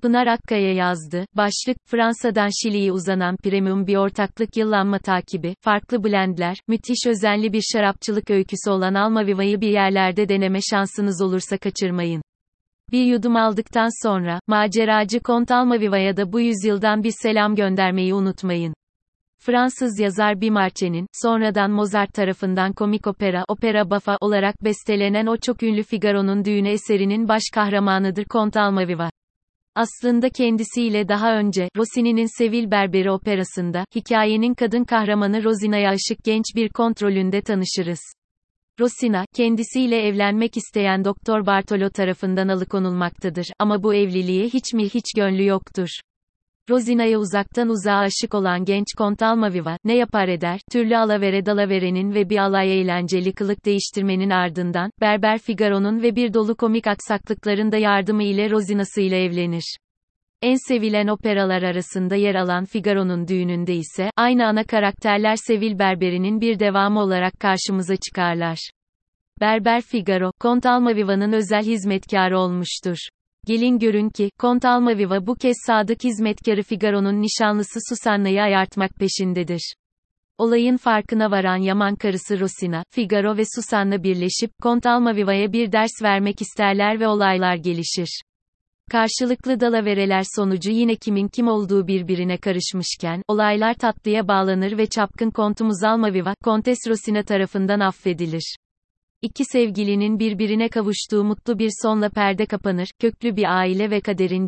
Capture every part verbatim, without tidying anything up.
Pınar Akkaya yazdı. Başlık, Fransa'dan Şili'ye uzanan premium bir ortaklık yıllanma takibi, farklı blendler, müthiş özenli bir şarapçılık öyküsü olan Almaviva'yı bir yerlerde deneme şansınız olursa kaçırmayın. Bir yudum aldıktan sonra, maceracı Kont Almaviva'ya da bu yüzyıldan bir selam göndermeyi unutmayın. Fransız yazar Beaumarchais''nin, sonradan Mozart tarafından komik opera, Opera Buffa olarak bestelenen o çok ünlü Figaro'nun Düğünü eserinin baş kahramanıdır Kont Almaviva. Aslında kendisiyle daha önce, Rossini'nin Sevil Berberi operasında, hikayenin kadın kahramanı Rosina'ya aşık genç bir kont rolünde tanışırız. Rosina, kendisiyle evlenmek isteyen Doktor Bartolo tarafından alıkonulmaktadır, ama bu evliliğe hiç mi hiç gönlü yoktur. Rosina'ya uzaktan uzağa aşık olan genç Kont Almaviva, ne yapar eder, türlü alavere dalaverenin ve bir alay eğlenceli kılık değiştirmenin ardından, Berber Figaro'nun ve bir dolu komik aksaklıkların da yardımı ile Rosina'sıyla evlenir. En sevilen operalar arasında yer alan Figaro'nun Düğünü'nde ise, aynı ana karakterler Sevil Berberi'nin bir devamı olarak karşımıza çıkarlar. Berber Figaro, Kont Almaviva'nın özel hizmetkarı olmuştur. Gelin görün ki, Kont Almaviva bu kez sadık hizmetkarı Figaro'nun nişanlısı Susanna'yı ayartmak peşindedir. Olayın farkına varan yaman karısı Rosina, Figaro ve Susanna birleşip, Kont Almaviva'ya bir ders vermek isterler ve olaylar gelişir. Karşılıklı dalavereler sonucu yine kimin kim olduğu birbirine karışmışken, olaylar tatlıya bağlanır ve çapkın Kontumuz Almaviva, Kontes Rosina tarafından affedilir. İki sevgilinin birbirine kavuştuğu mutlu bir sonla perde kapanır, köklü bir aile ve kaderin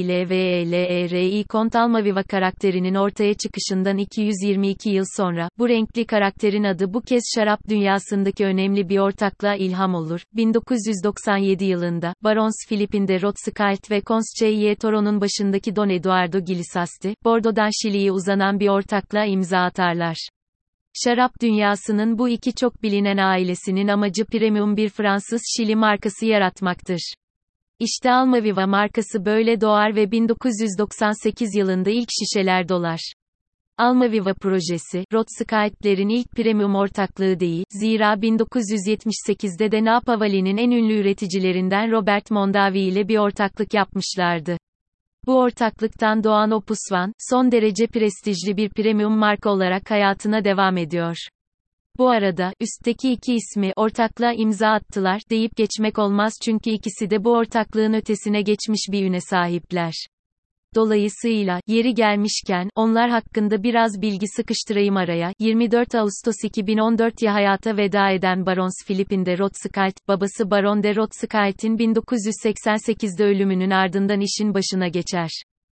Cilveleri Kont Almaviva karakterinin ortaya çıkışından iki yüz yirmi iki yıl sonra, bu renkli karakterin adı bu kez şarap dünyasındaki önemli bir ortaklığa ilham olur. bin dokuz yüz doksan yedi yılında, Barons Philippine de Rothschild ve Conscieye Toro'nun başındaki Don Eduardo Gilisasti, Bordeaux'dan Şili'ye uzanan bir ortaklığa imza atarlar. Şarap dünyasının bu iki çok bilinen ailesinin amacı premium bir Fransız Şili markası yaratmaktır. İşte Almaviva markası böyle doğar ve bin dokuz yüz doksan sekiz yılında ilk şişeler dolar. Almaviva projesi, Rothschild'lerin ilk premium ortaklığı değil, zira bin dokuz yüz yetmiş sekizde de Napa Valley'nin en ünlü üreticilerinden Robert Mondavi ile bir ortaklık yapmışlardı. Bu ortaklıktan doğan Opus One, son derece prestijli bir premium marka olarak hayatına devam ediyor. Bu arada, üstteki iki ismi, ortaklığa imza attılar, deyip geçmek olmaz çünkü ikisi de bu ortaklığın ötesine geçmiş bir üne sahipler. Dolayısıyla, yeri gelmişken, onlar hakkında biraz bilgi sıkıştırayım araya. yirmi dört Ağustos iki bin on dört'te hayata veda eden Barons Philippine de Rothschild, babası Baron de Rothschild'in bin dokuz yüz seksen sekizde ölümünün ardından işin başına geçer.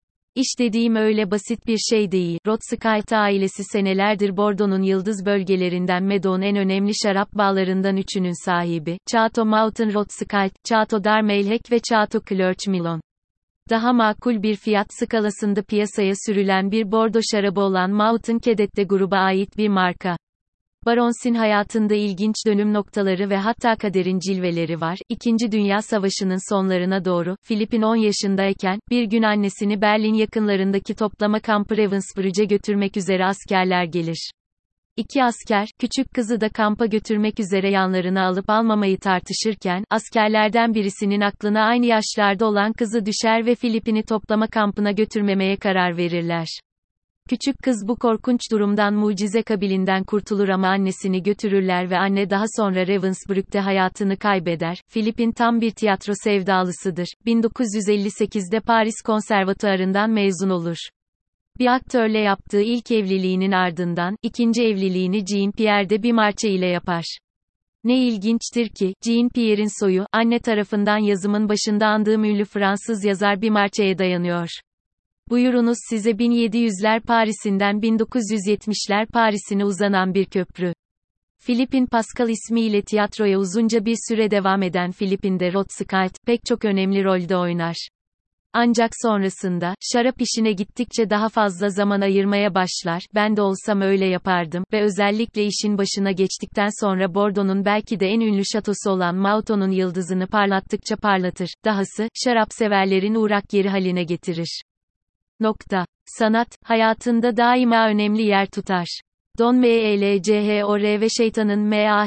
İş dediğim öyle basit bir şey değil. Rothschild ailesi senelerdir Bordeaux'un yıldız bölgelerinden Medo'nun en önemli şarap bağlarından üçünün sahibi. Chateau Mouton Rothschild, Chateau d'Armailhec ve Chateau Clerch Milon. Daha makul bir fiyat skalasında piyasaya sürülen bir Bordeaux şarabı olan Mouton Cadette gruba ait bir marka. Barons'in hayatında ilginç dönüm noktaları ve hatta kaderin cilveleri var. İkinci Dünya Savaşı'nın sonlarına doğru, Philippine on yaşındayken, bir gün annesini Berlin yakınlarındaki toplama kampı Ravensbrück'e götürmek üzere askerler gelir. İki asker, küçük kızı da kampa götürmek üzere yanlarına alıp almamayı tartışırken, askerlerden birisinin aklına aynı yaşlarda olan kızı düşer ve Philippine'i toplama kampına götürmemeye karar verirler. Küçük kız bu korkunç durumdan mucize kabilinden kurtulur ama annesini götürürler ve anne daha sonra Ravensbrück'te hayatını kaybeder. Philippine tam bir tiyatro sevdalısıdır. bin dokuz yüz elli sekizde Paris Konservatuarı'ndan mezun olur. Bir aktörle yaptığı ilk evliliğinin ardından, ikinci evliliğini Jean-Pierre de Beaumarchais ile yapar. Ne ilginçtir ki, Jean-Pierre'in soyu, anne tarafından yazımın başında andığım ünlü Fransız yazar Beaumarchais'e dayanıyor. Buyurunuz size bin yedi yüzler Paris'inden bin dokuz yüz yetmişler Paris'ine uzanan bir köprü. Philippine Pascal ismiyle tiyatroya uzunca bir süre devam eden Philippine de Rothschild, pek çok önemli rolde oynar. Ancak sonrasında, şarap işine gittikçe daha fazla zaman ayırmaya başlar, ben de olsam öyle yapardım, ve özellikle işin başına geçtikten sonra Bordeaux'un belki de en ünlü şatosu olan Mouton'un yıldızını parlattıkça parlatır, dahası, şarap severlerin uğrak yeri haline getirir. Nokta. Sanat, hayatında daima önemli yer tutar. Don Melchor ve Şeytanın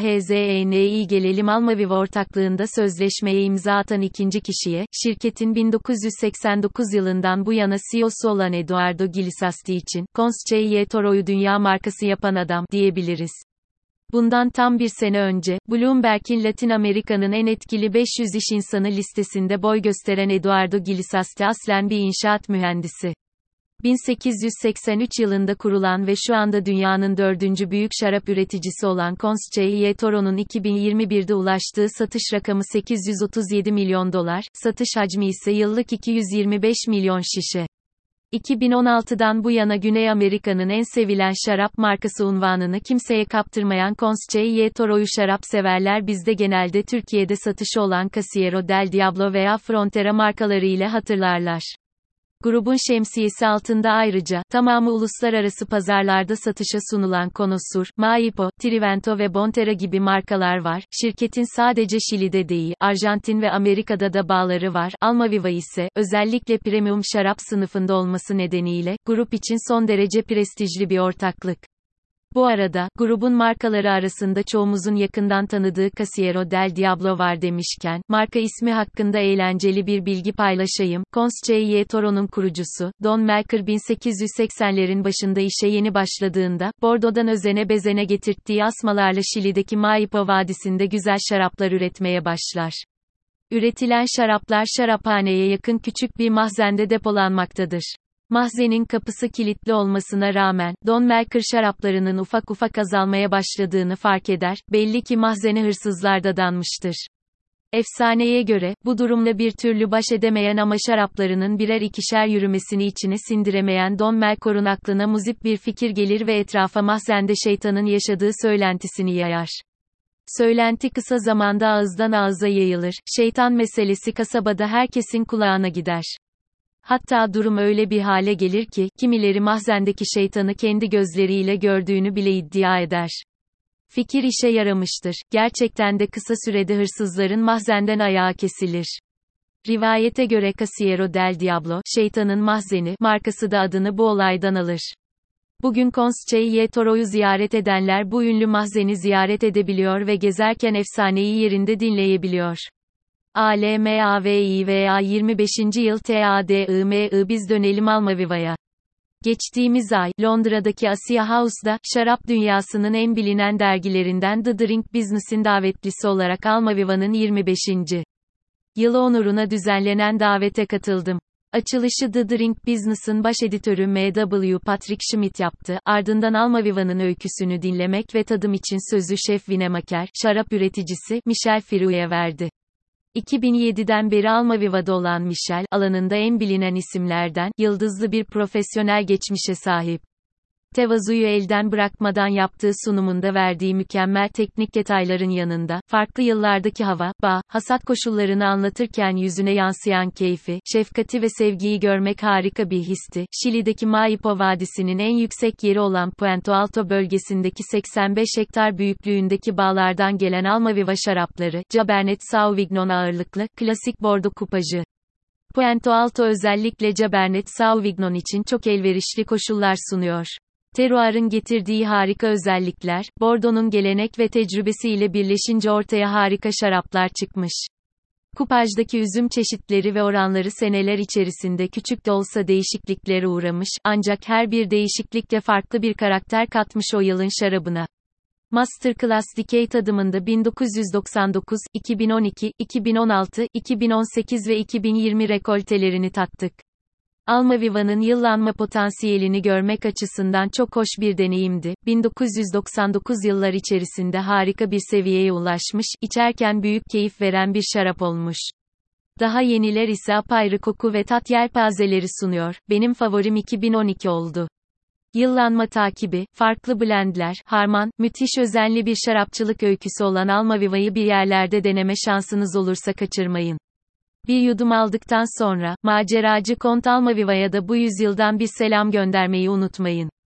Mahzeni gelelim Almaviva ortaklığında sözleşmeye imza atan ikinci kişiye, şirketin bin dokuz yüz seksen dokuz yılından bu yana C E O'su olan Eduardo Glisasti için, Conce Toro'yu dünya markası yapan adam, diyebiliriz. Bundan tam bir sene önce, Bloomberg'in Latin Amerika'nın en etkili beş yüz iş insanı listesinde boy gösteren Eduardo Glisasti aslen bir inşaat mühendisi. bin sekiz yüz seksen üç yılında kurulan ve şu anda dünyanın dördüncü büyük şarap üreticisi olan Conce Toro'nun iki bin yirmi birde ulaştığı satış rakamı sekiz yüz otuz yedi milyon dolar, satış hacmi ise yıllık iki yüz yirmi beş milyon şişe. iki bin on altıdan bu yana Güney Amerika'nın en sevilen şarap markası unvanını kimseye kaptırmayan Conce Toro'yu şarap severler bizde genelde Türkiye'de satışı olan Casillero del Diablo veya Frontera markaları ile hatırlarlar. Grubun şemsiyesi altında ayrıca, tamamı uluslararası pazarlarda satışa sunulan Connoisseur, Maipo, Trivento ve Bonterra gibi markalar var. Şirketin sadece Şili'de değil, Arjantin ve Amerika'da da bağları var. Almaviva ise, özellikle premium şarap sınıfında olması nedeniyle, grup için son derece prestijli bir ortaklık. Bu arada, grubun markaları arasında çoğumuzun yakından tanıdığı Casillero del Diablo var demişken, marka ismi hakkında eğlenceli bir bilgi paylaşayım. Conce Toro'nun kurucusu, Don Melchor bin sekiz yüz seksenlerin başında işe yeni başladığında, Bordo'dan özene bezene getirttiği asmalarla Şili'deki Maipo Vadisi'nde güzel şaraplar üretmeye başlar. Üretilen şaraplar şaraphaneye yakın küçük bir mahzende depolanmaktadır. Mahzenin kapısı kilitli olmasına rağmen, Don Melchor şaraplarının ufak ufak azalmaya başladığını fark eder, belli ki mahzene hırsızlar dadanmıştır. Efsaneye göre, bu durumla bir türlü baş edemeyen ama şaraplarının birer ikişer yürümesini içine sindiremeyen Don Melchor'un aklına muzip bir fikir gelir ve etrafa mahzende şeytanın yaşadığı söylentisini yayar. Söylenti kısa zamanda ağızdan ağıza yayılır, şeytan meselesi kasabada herkesin kulağına gider. Hatta durum öyle bir hale gelir ki, kimileri mahzendeki şeytanı kendi gözleriyle gördüğünü bile iddia eder. Fikir işe yaramıştır. Gerçekten de kısa sürede hırsızların mahzenden ayağı kesilir. Rivayete göre Casillero del Diablo, şeytanın mahzeni, markası da adını bu olaydan alır. Bugün Conce Toro'yu ziyaret edenler bu ünlü mahzeni ziyaret edebiliyor ve gezerken efsaneyi yerinde dinleyebiliyor. Almaviva yirmi beşinci yıl TADIMI biz dönelim Almaviva'ya. Geçtiğimiz ay, Londra'daki Asia House'da, şarap dünyasının en bilinen dergilerinden The Drink Business'in davetlisi olarak Almaviva'nın yirmi beşinci yılı onuruna düzenlenen davete katıldım. Açılışı The Drink Business'ın baş editörü M W Patrick Schmidt yaptı, ardından Almaviva'nın öyküsünü dinlemek ve tadım için sözü şef winemaker, şarap üreticisi, Michel Firou'ya verdi. iki bin yediden beri Almaviva'da olan Michel, alanında en bilinen isimlerden, yıldızlı bir profesyonel geçmişe sahip. Tevazuyu elden bırakmadan yaptığı sunumunda verdiği mükemmel teknik detayların yanında, farklı yıllardaki hava, bağ, hasat koşullarını anlatırken yüzüne yansıyan keyfi, şefkati ve sevgiyi görmek harika bir histi. Şili'deki Maipo Vadisi'nin en yüksek yeri olan Puente Alto bölgesindeki seksen beş hektar büyüklüğündeki bağlardan gelen Almaviva şarapları, Cabernet Sauvignon ağırlıklı, klasik Bordo kupajı. Puente Alto özellikle Cabernet Sauvignon için çok elverişli koşullar sunuyor. Terroir'ın getirdiği harika özellikler, Bordeaux'un gelenek ve tecrübesiyle birleşince ortaya harika şaraplar çıkmış. Kupajdaki üzüm çeşitleri ve oranları seneler içerisinde küçük de olsa değişikliklere uğramış, ancak her bir değişiklik de farklı bir karakter katmış o yılın şarabına. Masterclass Decay tadımında bin dokuz yüz doksan dokuz, iki bin on iki, iki bin on altı, iki bin on sekiz ve iki bin yirmi rekoltelerini tattık. Almaviva'nın yıllanma potansiyelini görmek açısından çok hoş bir deneyimdi. bin dokuz yüz doksan dokuz yıllar içerisinde harika bir seviyeye ulaşmış, içerken büyük keyif veren bir şarap olmuş. Daha yeniler ise apayrı koku ve tat yelpazeleri sunuyor. Benim favorim iki bin on iki oldu. Yıllanma takibi, farklı blendler, harman, müthiş özenli bir şarapçılık öyküsü olan Almaviva'yı bir yerlerde deneme şansınız olursa kaçırmayın. Bir yudum aldıktan sonra, maceracı Kont Almaviva'ya da bu yüzyıldan bir selam göndermeyi unutmayın.